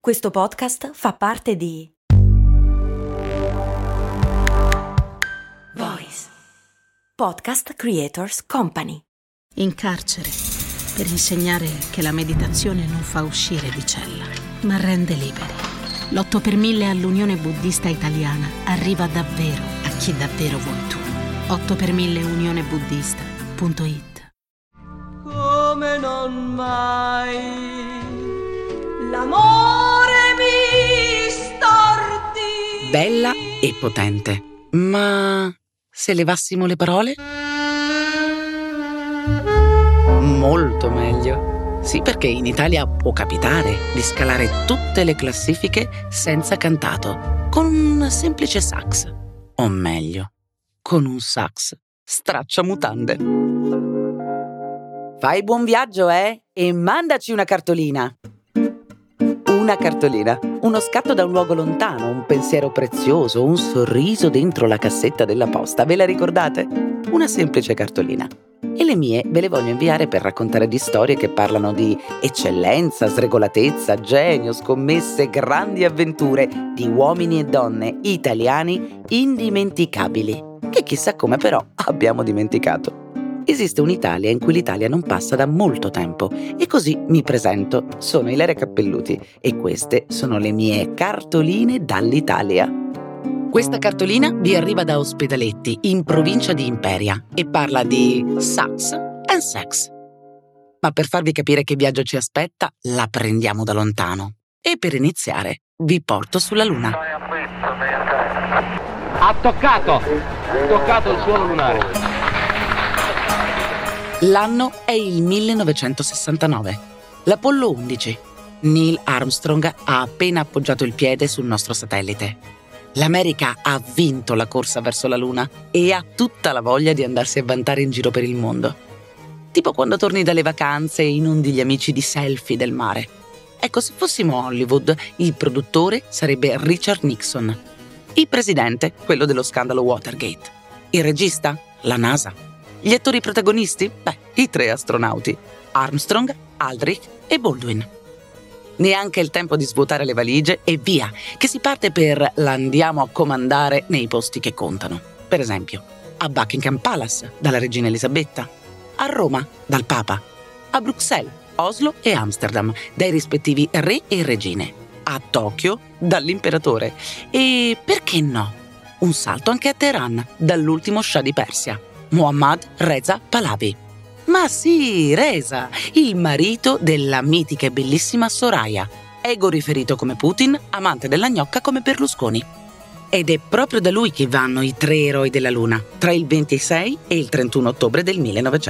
Questo podcast fa parte di Voice Podcast Creators Company. In carcere per insegnare che la meditazione non fa uscire di cella, ma rende liberi. L'8 per 1000 all'Unione Buddista Italiana arriva davvero a chi davvero vuoi tu. 8 per 1000 unionebuddista.it. Come non mai l'amore mi storti. Bella e potente, ma se levassimo le parole? Molto meglio. Sì, perché in Italia può capitare di scalare tutte le classifiche senza cantato, con un semplice sax. O meglio, con un sax stracciamutande. Fai buon viaggio, e mandaci una cartolina. Una cartolina, uno scatto da un luogo lontano, un pensiero prezioso, un sorriso dentro la cassetta della posta. Ve la ricordate? Una semplice cartolina. E le mie ve le voglio inviare per raccontare di storie che parlano di eccellenza, sregolatezza, genio, scommesse, grandi avventure, di uomini e donne italiani indimenticabili, che chissà come però abbiamo dimenticato. Esiste un'Italia in cui l'Italia non passa da molto tempo e così mi presento. Sono Ilaria Cappelluti e queste sono le mie cartoline dall'Italia. Questa cartolina vi arriva da Ospedaletti, in provincia di Imperia, e parla di sax and sex. Ma per farvi capire che viaggio ci aspetta, la prendiamo da lontano. E per iniziare, vi porto sulla Luna. Ha toccato il suolo lunare. L'anno è il 1969. L'Apollo 11. Neil Armstrong ha appena appoggiato il piede sul nostro satellite. L'America ha vinto la corsa verso la Luna e ha tutta la voglia di andarsi a vantare in giro per il mondo. Tipo quando torni dalle vacanze e inundi gli amici di selfie del mare. Ecco, se fossimo Hollywood, il produttore sarebbe Richard Nixon. Il presidente, quello dello scandalo Watergate. Il regista, la NASA. Gli attori protagonisti? I 3 astronauti. Armstrong, Aldrich e Baldwin. Neanche il tempo di svuotare le valigie e via, che si parte per l'andiamo a comandare nei posti che contano. Per esempio, a Buckingham Palace, dalla regina Elisabetta. A Roma, dal Papa. A Bruxelles, Oslo e Amsterdam, dai rispettivi re e regine. A Tokyo, dall'imperatore. E perché no? Un salto anche a Teheran, dall'ultimo Shah di Persia. Mohammad Reza Pahlavi. Ma sì, Reza, il marito della mitica e bellissima Soraya, ego riferito come Putin, amante della gnocca come Berlusconi. Ed è proprio da lui che vanno i 3 eroi della Luna, tra il 26 e il 31 ottobre del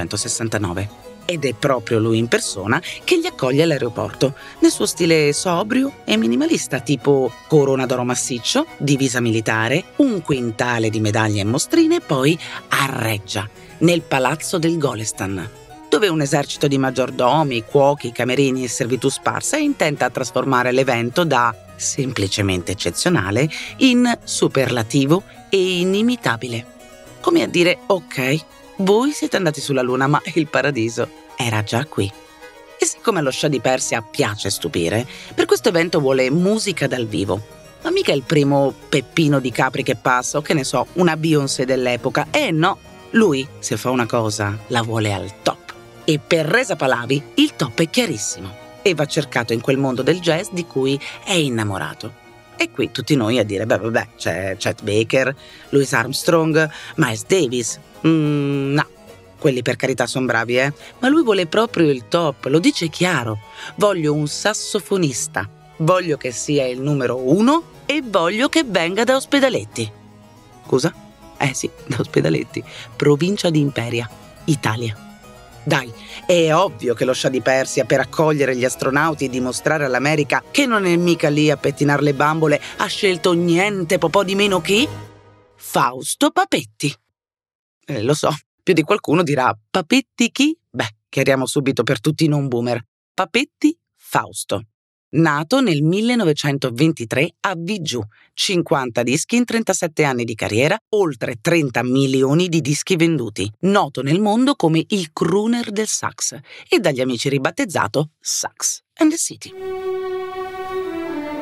1969. Ed è proprio lui in persona che li accoglie all'aeroporto, nel suo stile sobrio e minimalista, tipo corona d'oro massiccio, divisa militare, un quintale di medaglie e mostrine, e poi arreggia nel palazzo del Golestan, dove un esercito di maggiordomi, cuochi, camerini e servitù sparsa intenta trasformare l'evento da semplicemente eccezionale in superlativo e inimitabile. Come a dire, ok, voi siete andati sulla Luna, ma il paradiso era già qui. E siccome allo Shah di Persia piace stupire, per questo evento vuole musica dal vivo. Ma mica il primo Peppino di Capri che passa, o che ne so, una Beyoncé dell'epoca. No, lui, se fa una cosa, la vuole al top. E per Reza Pahlavi il top è chiarissimo e va cercato in quel mondo del jazz di cui è innamorato. E qui tutti noi a dire, c'è Chet Baker, Louis Armstrong, Miles Davis. No, quelli per carità sono bravi, ma lui vuole proprio il top, lo dice chiaro. Voglio un sassofonista, voglio che sia il numero 1 e voglio che venga da Ospedaletti. Scusa? Sì, da Ospedaletti, provincia di Imperia, Italia. Dai, è ovvio che lo Shah di Persia, per accogliere gli astronauti e dimostrare all'America che non è mica lì a pettinar le bambole, ha scelto niente po' di meno che Fausto Papetti. Lo so, più di qualcuno dirà, Papetti chi? Chiariamo subito per tutti i non boomer. Papetti Fausto. Nato nel 1923 a Vigiù, 50 dischi in 37 anni di carriera, oltre 30 milioni di dischi venduti, noto nel mondo come il crooner del sax e dagli amici ribattezzato Sax and the City.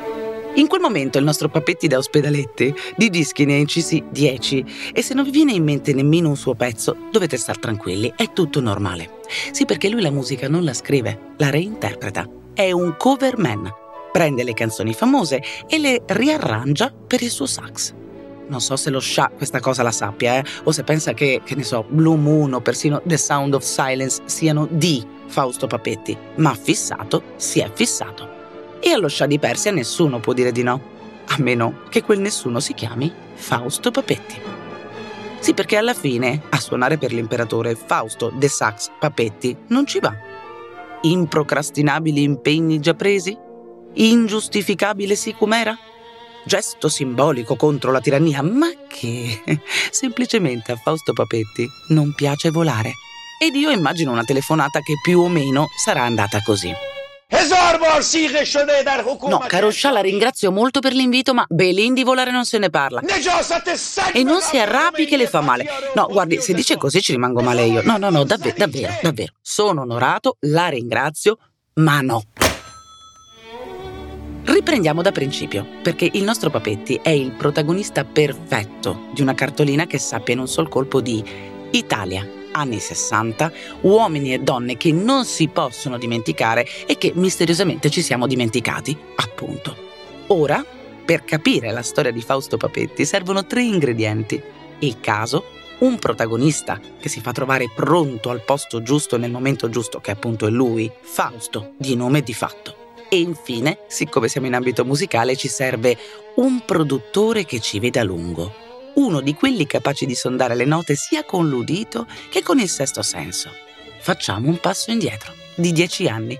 In quel momento il nostro Papetti da ospedaletti di dischi ne ha incisi 10 e se non vi viene in mente nemmeno un suo pezzo dovete star tranquilli, è tutto normale. Sì, perché lui la musica non la scrive, la reinterpreta. È un cover man. Prende le canzoni famose e le riarrangia per il suo sax. Non so se lo Scià questa cosa la sappia, o se pensa che ne so, Blue Moon o persino The Sound of Silence siano di Fausto Papetti, ma fissato si è fissato. E allo Scià di Persia nessuno può dire di no, a meno che quel nessuno si chiami Fausto Papetti. Sì, perché alla fine a suonare per l'imperatore Fausto de Sax Papetti non ci va. Improcrastinabili impegni già presi? Ingiustificabile sicumera? Gesto simbolico contro la tirannia, ma che semplicemente a Fausto Papetti non piace volare. Ed io immagino una telefonata che più o meno sarà andata così. No, caro Scià, la ringrazio molto per l'invito, ma Belin di volare non se ne parla. E non si arrabbi che le fa male. No, guardi, se dice così ci rimango male io. No, davvero. Sono onorato, la ringrazio, ma no. Riprendiamo da principio, perché il nostro Papetti è il protagonista perfetto di una cartolina che sappia in un sol colpo di Italia, anni 60, uomini e donne che non si possono dimenticare e che misteriosamente ci siamo dimenticati, appunto. Ora, per capire la storia di Fausto Papetti servono 3 ingredienti: il caso, un protagonista che si fa trovare pronto al posto giusto nel momento giusto, che appunto è lui, Fausto, di nome e di fatto. E infine, siccome siamo in ambito musicale, ci serve un produttore che ci veda lungo. Uno di quelli capaci di sondare le note sia con l'udito che con il sesto senso. Facciamo un passo indietro, di 10 anni,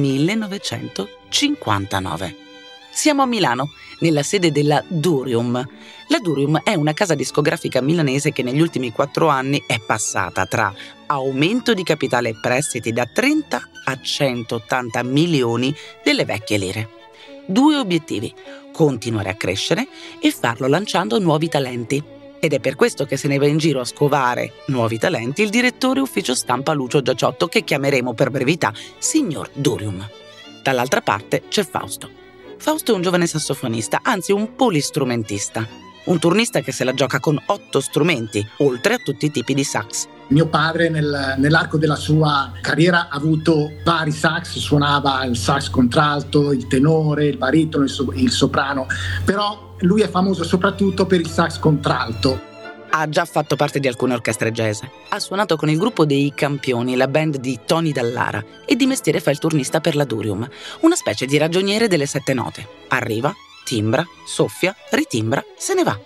1959. Siamo a Milano, nella sede della Durium. La Durium è una casa discografica milanese che negli ultimi 4 anni è passata tra aumento di capitale e prestiti da 30 a 180 milioni delle vecchie lire. 2 obiettivi: continuare a crescere e farlo lanciando nuovi talenti. Ed è per questo che se ne va in giro a scovare nuovi talenti il direttore ufficio stampa Lucio Giaciotto, che chiameremo per brevità Signor Durium. Dall'altra parte c'è Fausto. Fausto è un giovane sassofonista, anzi un polistrumentista. Un turnista che se la gioca con 8 strumenti, oltre a tutti i tipi di sax. Mio padre nell'arco della sua carriera ha avuto vari sax, suonava il sax contralto, il tenore, il baritono, il soprano, però lui è famoso soprattutto per il sax contralto. Ha già fatto parte di alcune orchestre jazz. Ha suonato con il gruppo dei Campioni, la band di Tony Dallara, e di mestiere fa il turnista per la Durium, una specie di ragioniere delle 7 note. Arriva, timbra, soffia, ritimbra, se ne va.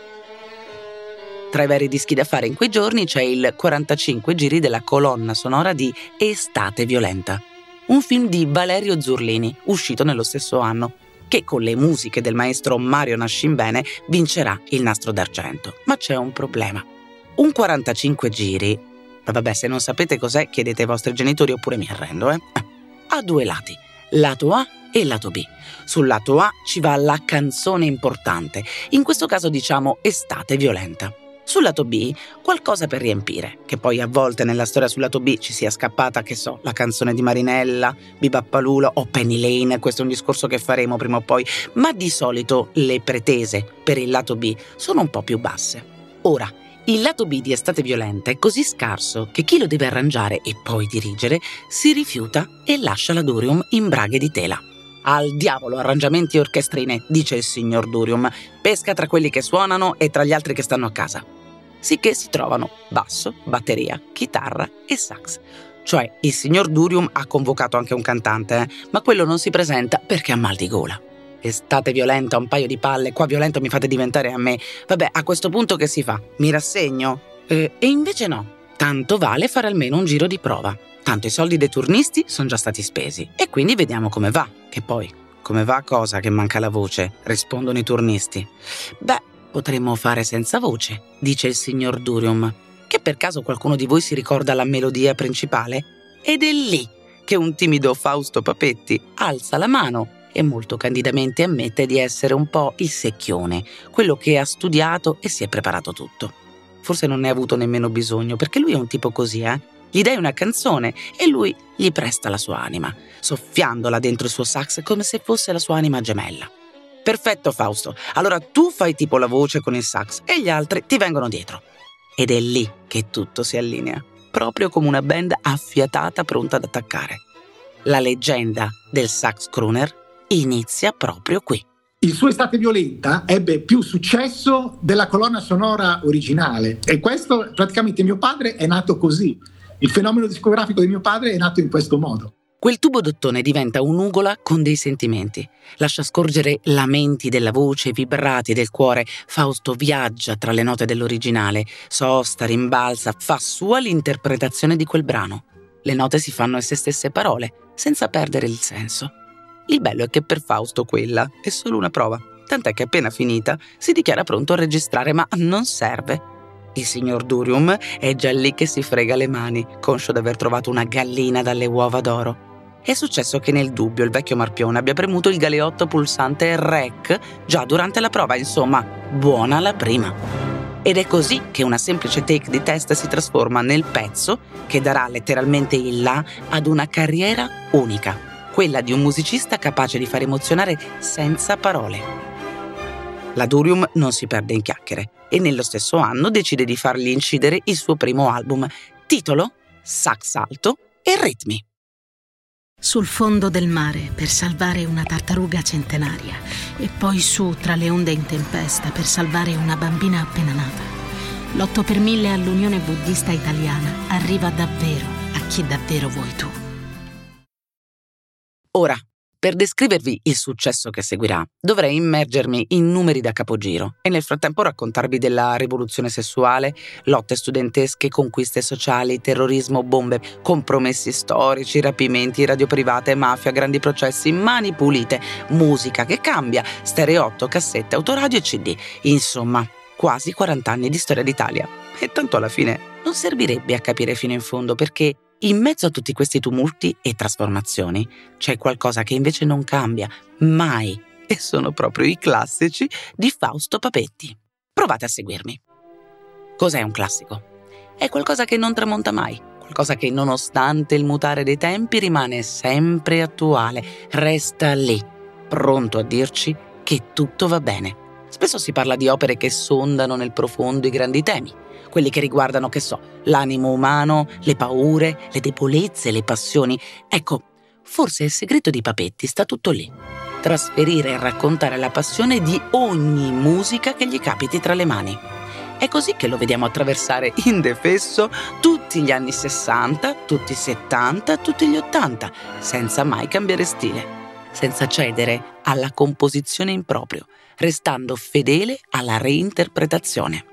Tra i vari dischi da fare in quei giorni c'è il 45 giri della colonna sonora di Estate violenta, un film di Valerio Zurlini, uscito nello stesso anno, che con le musiche del maestro Mario Nascimbene vincerà il Nastro d'Argento. Ma c'è un problema. Un 45 giri, vabbè, se non sapete cos'è chiedete ai vostri genitori oppure mi arrendo, ha 2 lati, lato A e lato B. Sul lato A ci va la canzone importante, in questo caso diciamo Estate violenta. Sul lato B qualcosa per riempire, che poi a volte nella storia sul lato B ci sia scappata, che so, la canzone di Marinella, Bibappalula o Penny Lane, questo è un discorso che faremo prima o poi, ma di solito le pretese per il lato B sono un po' più basse. Ora, il lato B di Estate violenta è così scarso che chi lo deve arrangiare e poi dirigere si rifiuta e lascia la Durium in braghe di tela. Al diavolo arrangiamenti e orchestrine, dice il signor Durium, pesca tra quelli che suonano e tra gli altri che stanno a casa. Sicché si trovano basso, batteria, chitarra e sax. Cioè, il signor Durium ha convocato anche un cantante, ma quello non si presenta perché ha mal di gola. Estate violenta, un paio di palle, qua violento mi fate diventare a me. Vabbè, a questo punto che si fa? Mi rassegno? E invece no, tanto vale fare almeno un giro di prova. Tanto i soldi dei turnisti sono già stati spesi e quindi vediamo come va. Che poi, come va cosa che manca la voce? Rispondono i turnisti. Beh, potremmo fare senza voce, dice il signor Durium. Che per caso qualcuno di voi si ricorda la melodia principale? Ed è lì che un timido Fausto Papetti alza la mano e molto candidamente ammette di essere un po' il secchione, quello che ha studiato e si è preparato tutto. Forse non ne ha avuto nemmeno bisogno, perché lui è un tipo così, Gli dai una canzone e lui gli presta la sua anima, soffiandola dentro il suo sax come se fosse la sua anima gemella. Perfetto, Fausto. Allora tu fai tipo la voce con il sax e gli altri ti vengono dietro. Ed è lì che tutto si allinea, proprio come una band affiatata pronta ad attaccare. La leggenda del sax crooner inizia proprio qui. Il suo Estate violenta ebbe più successo della colonna sonora originale e questo praticamente mio padre è nato così. Il fenomeno discografico di mio padre è nato in questo modo. Quel tubo d'ottone diventa un'ugola con dei sentimenti. Lascia scorgere lamenti della voce, vibrati del cuore. Fausto viaggia tra le note dell'originale, sosta, rimbalza, fa sua l'interpretazione di quel brano. Le note si fanno esse stesse parole, senza perdere il senso. Il bello è che per Fausto quella è solo una prova, tant'è che appena finita si dichiara pronto a registrare, ma non serve. Il signor Durium è già lì che si frega le mani, conscio d'aver trovato una gallina dalle uova d'oro. È successo che nel dubbio il vecchio Marpione abbia premuto il galeotto pulsante REC già durante la prova, insomma, buona la prima. Ed è così che una semplice take di testa si trasforma nel pezzo che darà letteralmente il là ad una carriera unica, quella di un musicista capace di far emozionare senza parole. La Durium non si perde in chiacchiere e nello stesso anno decide di fargli incidere il suo primo album, titolo Sax alto e ritmi. Sul fondo del mare per salvare una tartaruga centenaria e poi su tra le onde in tempesta per salvare una bambina appena nata. L'8 per 1000 all'Unione Buddista Italiana arriva davvero a chi davvero vuoi tu. Ora, per descrivervi il successo che seguirà, dovrei immergermi in numeri da capogiro e nel frattempo raccontarvi della rivoluzione sessuale, lotte studentesche, conquiste sociali, terrorismo, bombe, compromessi storici, rapimenti, radio private, mafia, grandi processi, mani pulite, musica che cambia, stereo 8, cassette, autoradio e CD. Insomma, quasi 40 anni di storia d'Italia. E tanto alla fine non servirebbe a capire fino in fondo perché in mezzo a tutti questi tumulti e trasformazioni c'è qualcosa che invece non cambia mai e sono proprio i classici di Fausto Papetti. Provate a seguirmi. Cos'è un classico? È qualcosa che non tramonta mai, qualcosa che nonostante il mutare dei tempi rimane sempre attuale, resta lì, pronto a dirci che tutto va bene. Spesso si parla di opere che sondano nel profondo i grandi temi, quelli che riguardano, che so, l'animo umano, le paure, le debolezze, le passioni. Ecco, forse il segreto di Papetti sta tutto lì. Trasferire e raccontare la passione di ogni musica che gli capiti tra le mani. È così che lo vediamo attraversare indefesso tutti gli anni 60, tutti i 70, tutti gli 80, senza mai cambiare stile, senza cedere alla composizione in proprio, restando fedele alla reinterpretazione.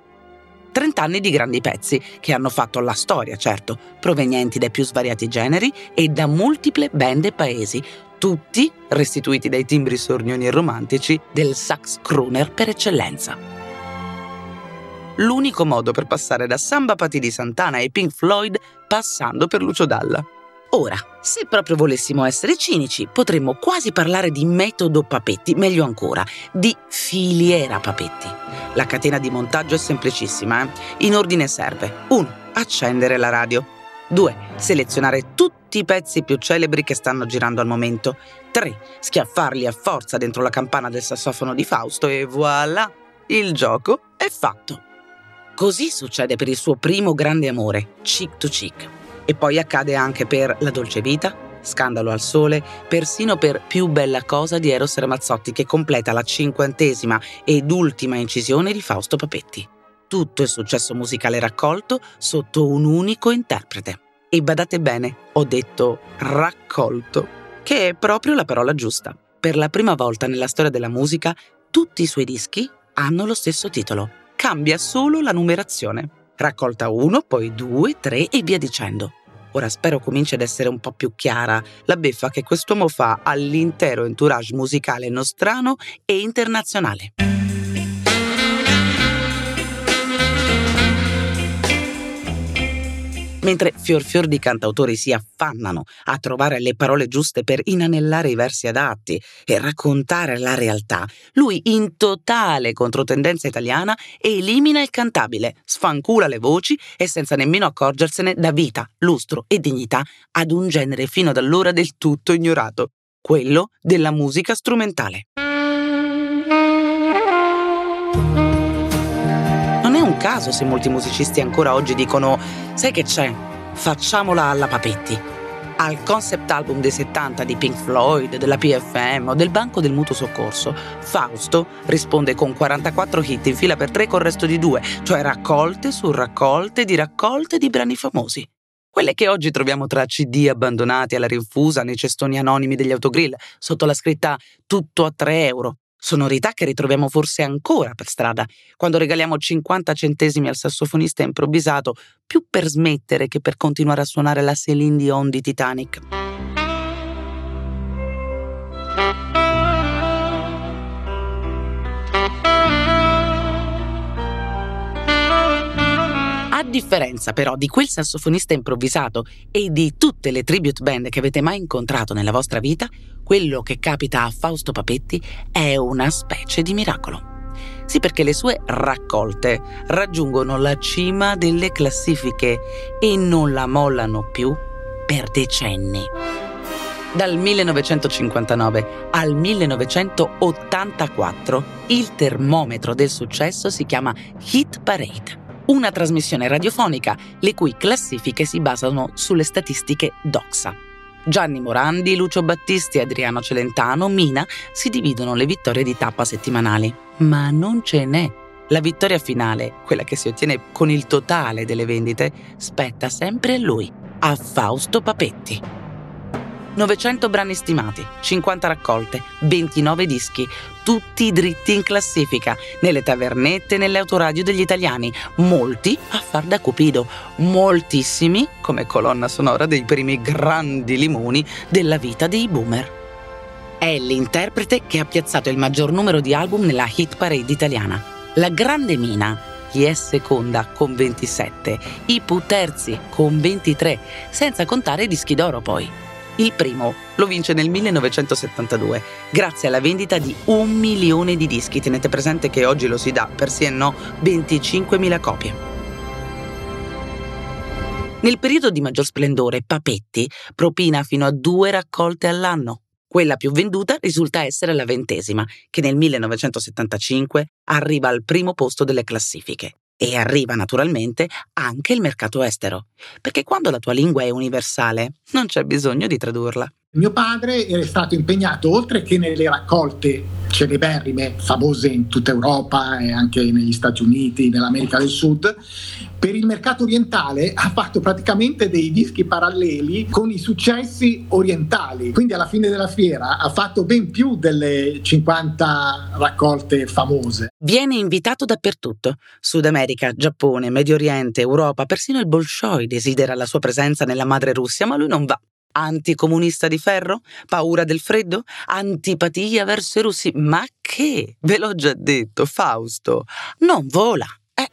30 anni di grandi pezzi che hanno fatto la storia, certo, provenienti dai più svariati generi e da multiple band e paesi, tutti restituiti dai timbri sornioni e romantici del sax crooner per eccellenza. L'unico modo per passare da Samba Patti di Santana e Pink Floyd passando per Lucio Dalla. Ora, se proprio volessimo essere cinici, potremmo quasi parlare di metodo Papetti, meglio ancora, di filiera Papetti. La catena di montaggio è semplicissima, In ordine serve: 1. Accendere la radio. 2. Selezionare tutti i pezzi più celebri che stanno girando al momento. 3. Schiaffarli a forza dentro la campana del sassofono di Fausto e voilà, il gioco è fatto. Così succede per il suo primo grande amore, Chic to Chic. E poi accade anche per La dolce vita, Scandalo al sole, persino per Più bella cosa di Eros Ramazzotti, che completa la 50ª ed ultima incisione di Fausto Papetti. Tutto il successo musicale raccolto sotto un unico interprete. E badate bene, ho detto raccolto, che è proprio la parola giusta. Per la prima volta nella storia della musica, tutti i suoi dischi hanno lo stesso titolo. Cambia solo la numerazione. Raccolta 1, poi 2, 3 e via dicendo. Ora spero cominci ad essere un po' più chiara la beffa che quest'uomo fa all'intero entourage musicale nostrano e internazionale. Mentre fior di cantautori si affannano a trovare le parole giuste per inanellare i versi adatti e raccontare la realtà, lui, in totale controtendenza italiana, elimina il cantabile, sfancula le voci e senza nemmeno accorgersene dà vita, lustro e dignità ad un genere fino ad allora del tutto ignorato, quello della musica strumentale. un caso se molti musicisti ancora oggi dicono «Sai che c'è? Facciamola alla Papetti». Al concept album dei 70 di Pink Floyd, della PFM o del Banco del Mutuo Soccorso, Fausto risponde con 44 hit in fila per 3 col resto di 2, cioè raccolte su raccolte di brani famosi. Quelle che oggi troviamo tra CD abbandonati alla rinfusa nei cestoni anonimi degli autogrill, sotto la scritta «Tutto a 3 euro». Sonorità che ritroviamo forse ancora per strada, quando regaliamo 50 centesimi al sassofonista improvvisato, più per smettere che per continuare a suonare la Céline Dion di Titanic. A differenza però di quel sassofonista improvvisato e di tutte le tribute band che avete mai incontrato nella vostra vita, quello che capita a Fausto Papetti è una specie di miracolo. Sì, perché le sue raccolte raggiungono la cima delle classifiche e non la mollano più per decenni. Dal 1959 al 1984 il termometro del successo si chiama Hit Parade. Una trasmissione radiofonica le cui classifiche si basano sulle statistiche Doxa. Gianni Morandi, Lucio Battisti, Adriano Celentano, Mina si dividono le vittorie di tappa settimanali. Ma non ce n'è. La vittoria finale, quella che si ottiene con il totale delle vendite, spetta sempre a lui, a Fausto Papetti. 900 brani stimati, 50 raccolte, 29 dischi, tutti dritti in classifica, nelle tavernette e nelle autoradio degli italiani, molti a far da cupido, moltissimi come colonna sonora dei primi grandi limoni della vita dei boomer. È l'interprete che ha piazzato il maggior numero di album nella hit parade italiana. La grande Mina gli è seconda con 27, i Pooh terzi con 23, senza contare i dischi d'oro poi. Il primo lo vince nel 1972, grazie alla vendita di 1 milione di dischi. Tenete presente che oggi lo si dà per sì e no 25.000 copie. Nel periodo di maggior splendore, Papetti propina fino a 2 raccolte all'anno. Quella più venduta risulta essere la 20ª, che nel 1975 arriva al primo posto delle classifiche. E arriva naturalmente anche il mercato estero, perché quando la tua lingua è universale non c'è bisogno di tradurla. Mio padre era stato impegnato, oltre che nelle raccolte celeberrime, famose in tutta Europa e anche negli Stati Uniti, nell'America del Sud, per il mercato orientale ha fatto praticamente dei dischi paralleli con i successi orientali. Quindi alla fine della fiera ha fatto ben più delle 50 raccolte famose. Viene invitato dappertutto: Sud America, Giappone, Medio Oriente, Europa, persino il Bolshoi desidera la sua presenza nella madre Russia, ma lui non va. Anticomunista di ferro? Paura del freddo? Antipatia verso i russi? Ma che? Ve l'ho già detto, Fausto non vola.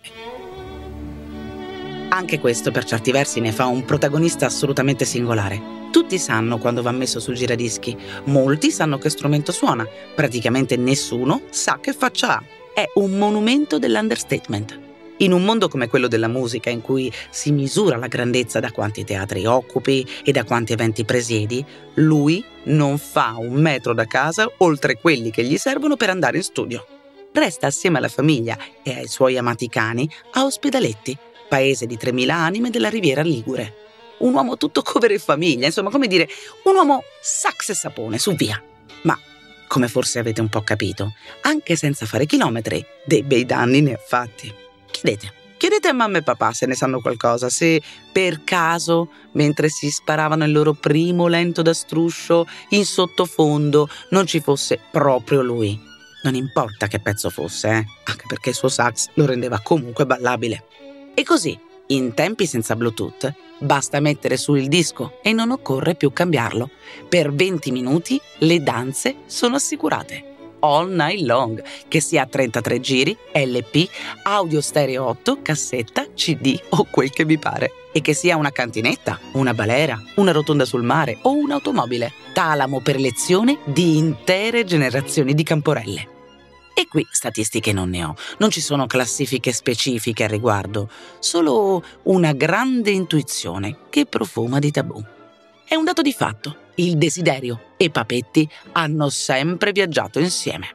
Anche questo per certi versi ne fa un protagonista assolutamente singolare. Tutti sanno quando va messo sul giradischi, molti sanno che strumento suona, praticamente nessuno sa che faccia ha. È un monumento dell'understatement. In un mondo come quello della musica, in cui si misura la grandezza da quanti teatri occupi e da quanti eventi presiedi, lui non fa un metro da casa oltre quelli che gli servono per andare in studio. Resta assieme alla famiglia e ai suoi amati cani a Ospedaletti, paese di 3.000 anime della Riviera Ligure. Un uomo tutto cover e famiglia, insomma, come dire, un uomo sax e sapone, su via. Ma, come forse avete un po' capito, anche senza fare chilometri, dei bei danni ne ha fatti. Chiedete a mamma e papà se ne sanno qualcosa, se per caso, mentre si sparavano il loro primo lento da struscio, in sottofondo non ci fosse proprio lui. Non importa che pezzo fosse, anche perché il suo sax lo rendeva comunque ballabile. E così, in tempi senza Bluetooth, basta mettere su il disco e non occorre più cambiarlo. Per 20 minuti le danze sono assicurate. All night long, che sia 33 giri, LP, audio stereo 8, cassetta, CD o quel che vi pare. E che sia una cantinetta, una balera, una rotonda sul mare o un'automobile. Talamo per lezione di intere generazioni di camporelle. E qui statistiche non ne ho, non ci sono classifiche specifiche al riguardo, solo una grande intuizione che profuma di tabù. È un dato di fatto. Il desiderio e Papetti hanno sempre viaggiato insieme.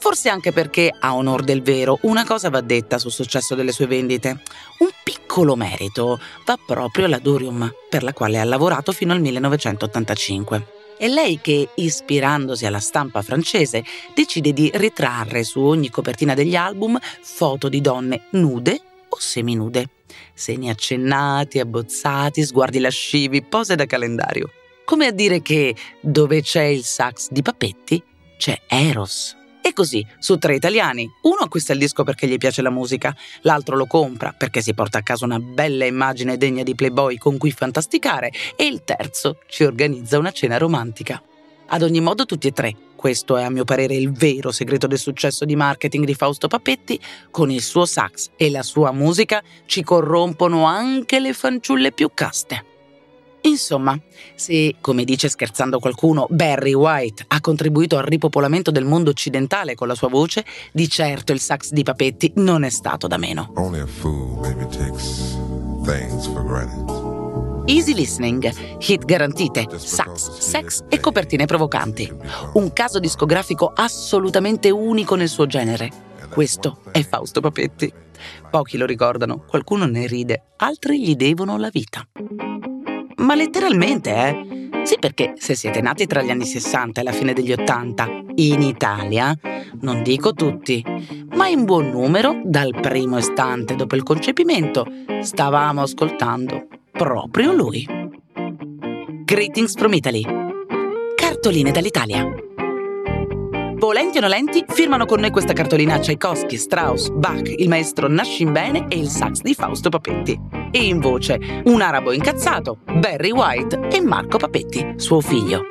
Forse anche perché, a onor del vero, una cosa va detta sul successo delle sue vendite. Un piccolo merito va proprio alla Durium, per la quale ha lavorato fino al 1985. È lei che, ispirandosi alla stampa francese, decide di ritrarre su ogni copertina degli album foto di donne nude o seminude. Seni accennati, abbozzati, sguardi lascivi, pose da calendario. Come a dire che dove c'è il sax di Papetti c'è Eros. E così, su 3 italiani, uno acquista il disco perché gli piace la musica, l'altro lo compra perché si porta a casa una bella immagine degna di Playboy con cui fantasticare, e il terzo ci organizza una cena romantica. Ad ogni modo, tutti e 3, questo è a mio parere il vero segreto del successo di marketing di Fausto Papetti, con il suo sax e la sua musica ci corrompono anche le fanciulle più caste. Insomma, se, come dice scherzando qualcuno, Barry White ha contribuito al ripopolamento del mondo occidentale con la sua voce, di certo il sax di Papetti non è stato da meno. Only a fool maybe takes things for granted. Easy listening, hit garantite, sax, sex e copertine provocanti. Un caso discografico assolutamente unico nel suo genere. Questo è Fausto Papetti. Pochi lo ricordano, qualcuno ne ride, altri gli devono la vita. Ma letteralmente, Sì, perché se siete nati tra gli anni 60 e la fine degli 80 in Italia, non dico tutti, ma in buon numero, dal primo istante dopo il concepimento, stavamo ascoltando proprio lui. Greetings from Italy. Cartoline dall'Italia. Volenti o nolenti, firmano con noi questa cartolina Tchaikovsky, Strauss, Bach, il maestro Nascimbene e il sax di Fausto Papetti. E in voce un arabo incazzato, Barry White e Marco Papetti, suo figlio.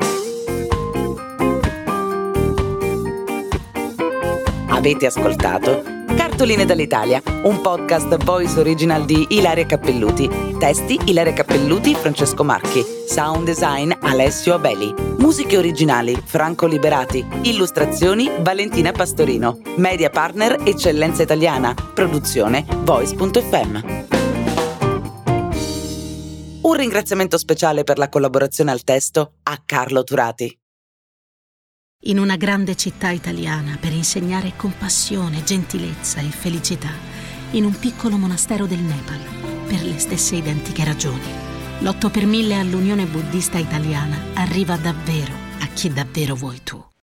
Avete ascoltato Cartoline dall'Italia, un podcast voice original di Ilaria Cappelluti. Testi Ilaria Cappelluti, Francesco Marchi. Sound design Alessio Abeli. Musiche originali Franco Liberati. Illustrazioni Valentina Pastorino. Media partner Eccellenza Italiana. Produzione Voice.fm. Un ringraziamento speciale per la collaborazione al testo a Carlo Turati. In una grande città italiana, per insegnare compassione, gentilezza e felicità, in un piccolo monastero del Nepal, per le stesse identiche ragioni. L'8 per 1000 all'Unione Buddista Italiana arriva davvero a chi davvero vuoi tu.